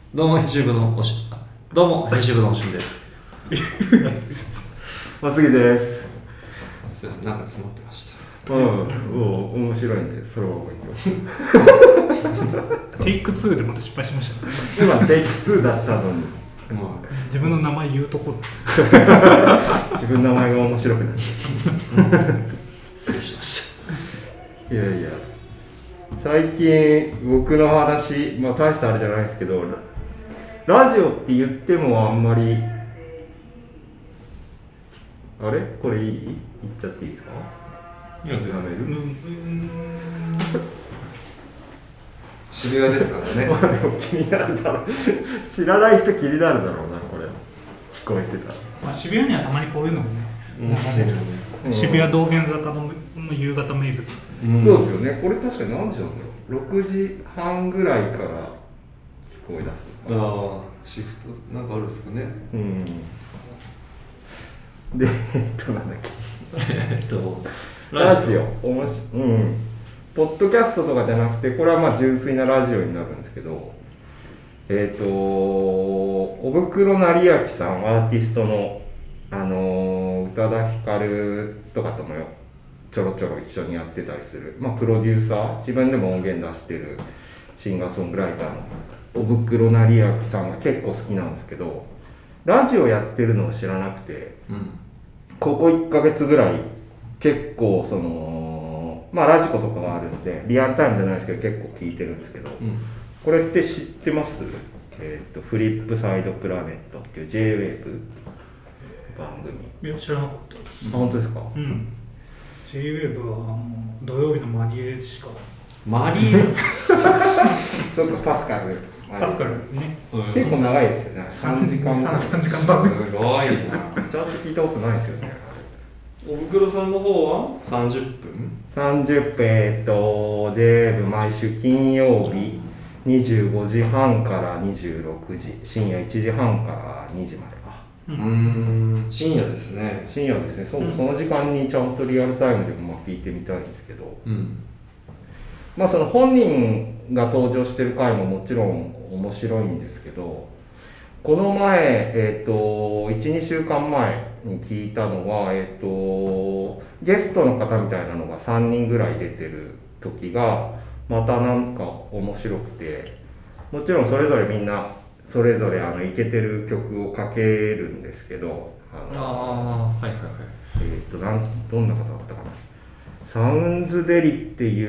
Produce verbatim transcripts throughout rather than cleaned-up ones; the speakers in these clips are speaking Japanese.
どうも編集部のおしどうも編集部のおしんです。 まつぎです。 そうです。なんか詰まってました。 うん、お面白いんでそれは覚えてテイクツーでまた失敗しましたね。 今テイクツーだったのに、 まあ、自分の名前言うとこ自分の名前が面白くなる失礼しました。 いやいや、最近僕の話、まあ大したあれじゃないですけど、ラジオって言ってもあんまり、あれこれいい？言っちゃっていいですか？ いや、全然。 うん渋谷ですからね。 まあでも気になるだろう知らない人気になるだろうな、これ聞こえてたら。 まあ、渋谷にはたまにこういうのもね、 うん流れる、うん、渋谷道玄坂の夕方名物、 うん、そうですよね。これ確かに何時なんだろう、ろくじはんぐらいから聞こえ出す。 ああ、シフトなんかあるんですかね。 うん。で、えっとなんだっけえっとラジオ、おもしうん、ポッドキャストとかじゃなくて、これはまあ純粋なラジオになるんですけど、えっとおぶくろ成明さん、アーティストの、あのー、宇多田ヒカルとかともよちょろちょろ一緒にやってたりする、まあ、プロデューサー、自分でも音源出してるシンガーソングライターのおぶくろ成明さんが結構好きなんですけど、ラジオやってるのを知らなくて、うん、ここいっかげつぐらい結構そのまあラジコとかがあるんでリアルタイムじゃないですけど結構聞いてるんですけど、うん、これって知ってます？えーと、フリップサイドプラネットっていう ジェイウェーブ 番組。 いや知らなかったです。 あ、本当ですか？うん。 ジェイウェーブ はあの土曜日のマリエしか。 マリエそっか、パスカル。 パスカルですね。 結構長いですよね。さんじかん。 さんじかん番組。 すごいな。 ちゃんと聞いたことないですよね。 おぶくろさんの方はさんじゅっぷん？ さんじゅっぷん、えっと ジェイウェーブ 毎週金曜日にじゅうごじはんからにじゅうろくじ、深夜いちじはんからにじまでか。 うーん、深夜ですね。 深夜ですね。そ, その時間にちゃんとリアルタイムでもまあ聞いてみたいんですけど、うん、まあその本人が登場してる回ももちろん面白いんですけど、この前、えっといち、にしゅうかんまえに聞いたのは、えっとゲストの方みたいなのがさんにんぐらい出てる時がまたなんか面白くて、もちろんそれぞれみんなそれぞれあのイケてる曲をかけるんですけど、 ああ、はいはいはい。 えっとなんどんな方だったかな。サウンズデリっていう、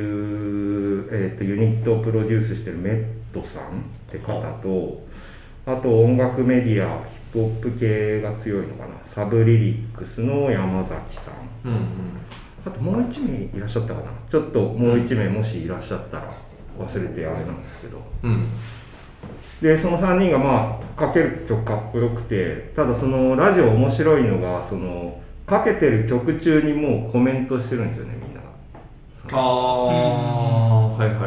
えっとユニットをプロデュースしてるメットさんって方と、あと音楽メディアヒップホップ系が強いのかな、サブリリックスの山崎さん、うんうん、あともういちめいいらっしゃったかな。ちょっともういちめいもしいらっしゃったら忘れてあれなんですけど、うん、でそのさんにんがまあかける曲かっこよくて、ただそのラジオ面白いのがそのかけてる曲中にもうコメントしてるんですよね、みんなが。 ああ、はいはいはい。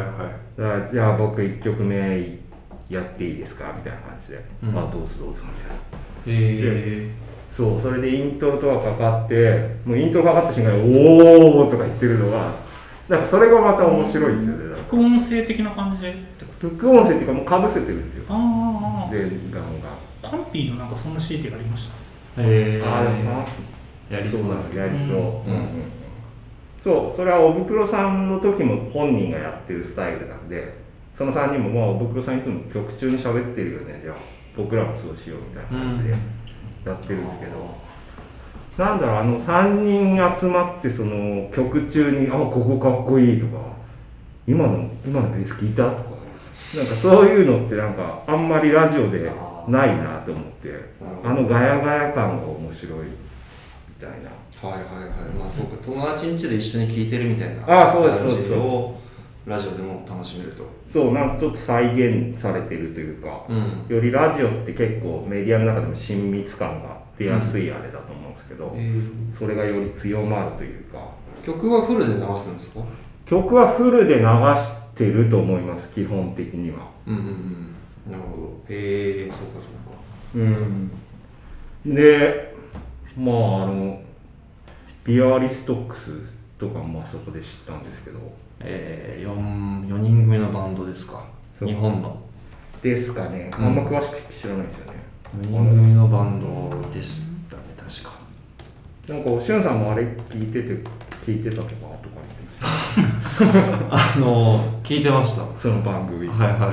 だからじゃあ僕いっきょくめやっていいですかみたいな感じで、うん、あどうぞどうぞみたいな。へえ。そう、それでイントロとかかかって、もうイントロかかった瞬間におーとか言ってるのがなんかそれがまた面白いですよね。 副音声的な感じで。 副音声っていうかもうかぶせてるんですよ。 ああ。 でガンが。 パンピーのなんかそんな シーティー がありました。 へえ。ああ、 やりそうなんですやりそう。うんうんうん、そう、それはおぶくろさんの時も本人がやってるスタイルなんで、そのさんにんもまあおぶくろさんいつも曲中に喋ってるよね、じゃあ僕らもそうしようみたいな感じでやってるんですけど、うん、なんだろう、あのさんにん集まってその曲中に「あここかっこいい」とか「今の今のベース聞いた?」とか、なんかそういうのってなんかあんまりラジオでないなと思って、あのガヤガヤ感が面白いみたいな。 はいはいはい。まあそうか、友達ん家で一緒に聴いてるみたいな感じをラジオでも楽しめると。 そう、なんかちょっと再現されてるというか、うん、よりラジオって結構メディアの中でも親密感が出やすいあれだと思うんですけど、うん、それがより強まるというか。 曲はフルで流すんですか？ 曲はフルで流してると思います、基本的には。 うんうんうん。なるほど。へえ、そうかそうか。 うん。で、まああのビアリストックスとかもあそこで知ったんですけど、 えー、よん, よにん組のバンドですか、日本の。 ですかね、 うんあんま詳しく知らないですよね。 よにん組のバンドでしたね、確か。 なんかしゅんさんもあれ聞いてて聞いてたとかとか言ってましあの聞いてました。 たその番組。 はいはい。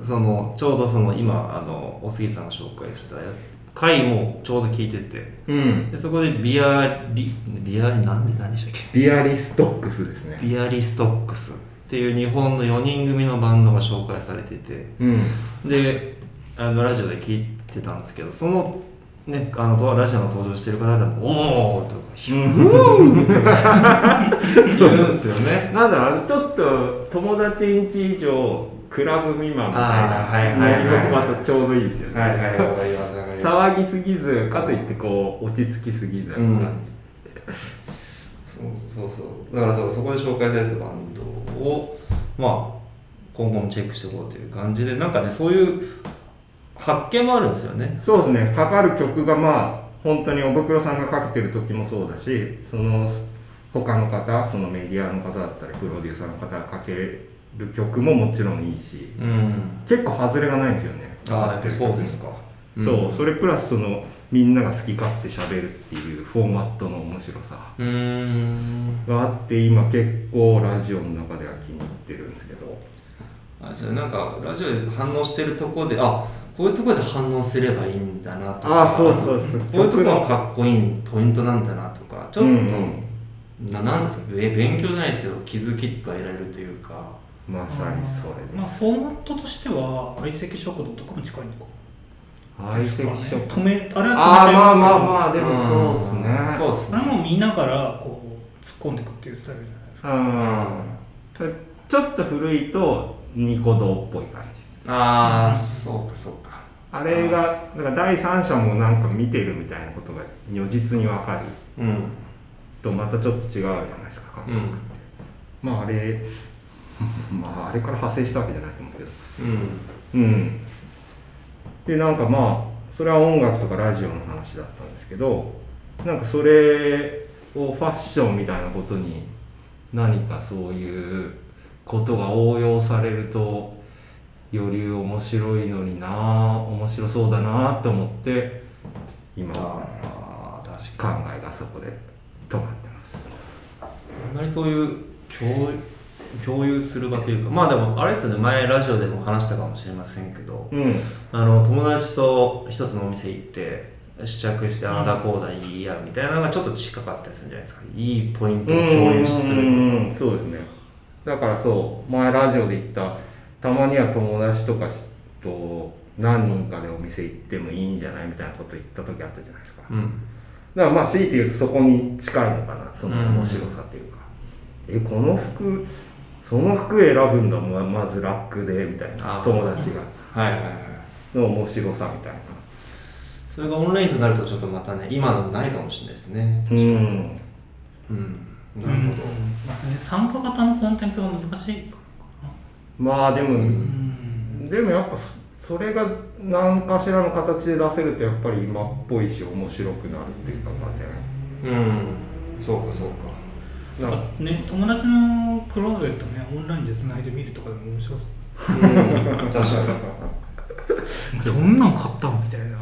そのちょうどその今あのお杉さんが紹介した回もちょうど聞いてて、 うん。 でそこでビアリビアリなんで何でしたっけ？ ビアリストックスですね。 ビアリストックスっていう日本のよにん組のバンドが紹介されてて、 うん。 であのラジオで聞いてたんですけど、そのねあのラジオの登場してる方でも「おー」とか「ヒュー」とか言うんですよね。 なんだろう、ちょっと友達ん家以上クラブ未満みたいなあーはいはいはいはいまたちょうどいいですよね。 はいはいわかりますわかります。 騒ぎすぎずかといってこう落ち着きすぎずな感じ。 そうそうそうだからそうそこで紹介されたバンドをまあ今後もチェックしていこうという感じで、なんかねそういう発見もあるんですよね。 そうですね、かかる曲がまあ本当におぶくろさんがかけてる時もそうだし、その他の方、そのメディアの方だったりプロデューサーの方がかける曲ももちろんいいし、 うん結構外れがないんですよね。 ああやっぱそうですか。 そう、それプラスそのみんなが好き勝手喋るっていうフォーマットの面白さうーんがあって、今結構ラジオの中では気に入ってるんですけど。 あれですね、なんかラジオで反応してるところであこういうところで反応すればいいんだなとか、 ああそうそうそう、 こういうところがかっこいいポイントなんだなとか、ちょっと、 うんななんですかべ勉強じゃないですけど気づきが得られるというか。 まさにそれです。 まあフォーマットとしては相席食堂とかも近いのか相席ですかね。 食止めあれは止めちゃいますけど、 ああまあまあまあでもそうですね。 そうですね。 それも見ながらこう突っ込んでいくっていうスタイルじゃないですか。 うん、ちょっと古いとニコ動っぽい感じ。 ああそうかそうか。 あれがだから第三者もなんか見てるみたいなことが如実に分かるうんとまたちょっと違うじゃないですか感覚って、 うんまああれまああれから派生したわけじゃないと思うけど、 うんうんでなんかまあそれは音楽とかラジオの話だったんですけど、なんかそれをファッションみたいなことに何かそういうことが応用されるとより面白いのになあ、面白そうだなと思って今考ああ確かに。 えがそこで止まってます。 あんまりそういう共共有する場というか、まあでもあれですよね、前ラジオでも話したかもしれませんけど、 うんあの友達と一つのお店行って試着してああだこうだ言い合うみたいなのがちょっと近かったりするんじゃないですか。いいポイントを共有すると。 うんうんそうですね。だからそう前ラジオで言ったたまには友達とかと何人かでお店行ってもいいんじゃないみたいなこと言った時あったじゃないですか。 うんだからまあ強いて言うとそこに近いのかな、その面白さというか、えこの服その服選ぶんだもんまずラックでみたいな、 あー友達がはいはいはい。 の面白さみたいな。 それがオンラインとなるとちょっとまたね今のないかもしれないですね。 うんうんなるほど。 うんまあね、参加型のコンテンツが難しいかまあでも、 うんでもやっぱそれが何かしらの形で出せるとやっぱり今っぽいし面白くなるっていうかがぜうんそうかそうか。 んなんかね、友達のクローゼットねオンラインでつないで見るとかでも面白そううん確かに。 そんなん買ったのみたいな。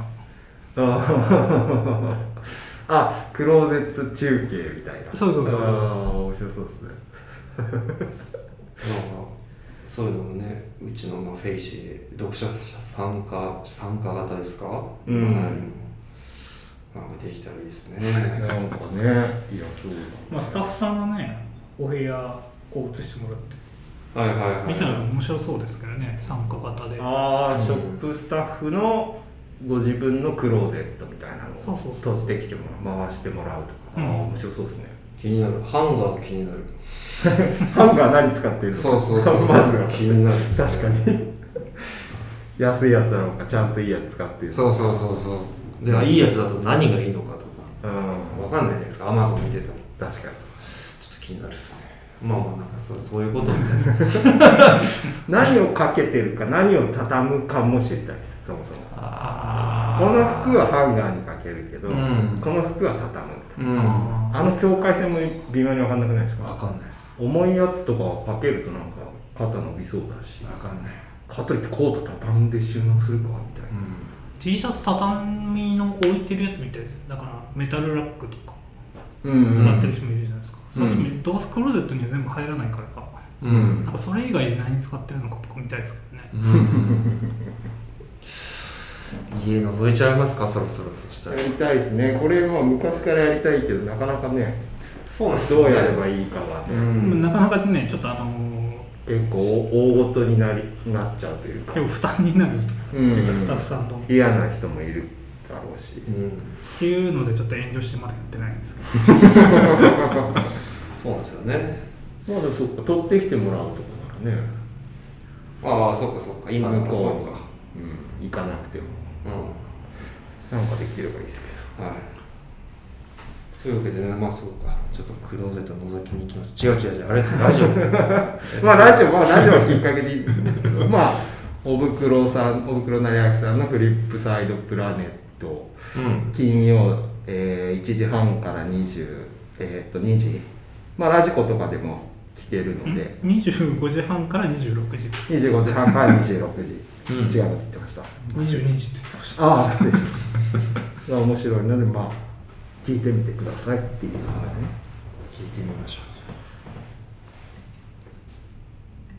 ああクローゼット中継みたいな。 そうそうそうそうあー面白そうですね。 なんかそういうのもね、うちのまあフェイシーで読者参加参加型ですか？ うん今なりもなんかできたらいいですね。 なんかね、いやそうまあスタッフさんがねお部屋こう映してもらってはいはいはい。 みたいなの面白そうですけどね、参加型で。 ああ、 うんショップスタッフのご自分のクローゼットみたいなのをそうそうそう取ってきてもらう、回してもらうとか、 うんああ面白そうですね。 気になる。ハンガー気になる。 ハンガー何使ってるの？ そうそうそうそう。 まずは気になるですね。 確かに安いやつなのかちゃんといいやつ使ってる。 そうそうそうそう。でいいやつだと何がいいのかとかうん、 わかんないじゃないですか。アマゾン見てても確かに。 ちょっと気になるですね。まあまあなんかそうそういうことみたいな。 何をかけてるか何を畳むかも知りたいです。そもそもあこの服はハンガーにかけるけど、 うんこの服は畳むみたいな、 うん。 あの境界線も微妙に分かんなくないですか？ わかんない。 重いやつとかはかけるとなんか肩伸びそうだし、 わかんない。 かといってコート畳んで収納するかみたいな、 うん、 T シャツ畳の置いてるやつみたいですね。だからメタルラックとかうん使ってる人もいるじゃないですか、うん、そっちもどうせクローゼットには全部入らないからか、うん、なんかそれ以外で何使ってるのかとか見たいですけどね、うん、 家覗いちゃいますか、そろそろ。そしたらやりたいですね。これは昔からやりたいけどなかなかね、 そうなんですよね、 どうやればいいかはね、うん、 なかなかね、ちょっとあのー、 結構大ごとになりなっちゃうというか、 結構負担になるっていうか、スタッフさんと嫌な人もいるだろうし、 うん、っていうのでちょっと遠慮してまだやってないんですけどそうなんですよね。 まだそっか、取ってきてもらうとかならね、 ああ、そっかそっか、今のそうか、 うん、行かなくても、うん、なんかできればいいですけど、はい。 というわけでね、まあそうか、ちょっとクローゼット覗きに行きます。違う違う違う、あれですよ、ラジオですまあラジオ、まあラジオはきっかけでいいんですけど、まあおぶくろさん、おぶくろなりあきさんのフリップサイドプラネット、うん、金曜、えー、いちじはんからにじゅう、えー、っとにじ、まあラジコとかでも聞けるので、 にじゅうごじはんからにじゅうろくじ、 にじゅうごじはんからにじゅうろくじ、うん、違うこと言ってました。 にじゅうにじって言ってました。 ああ、失礼しました。面白いので、まあ聞いてみてくださいっていうのをね、 聞いてみましょう。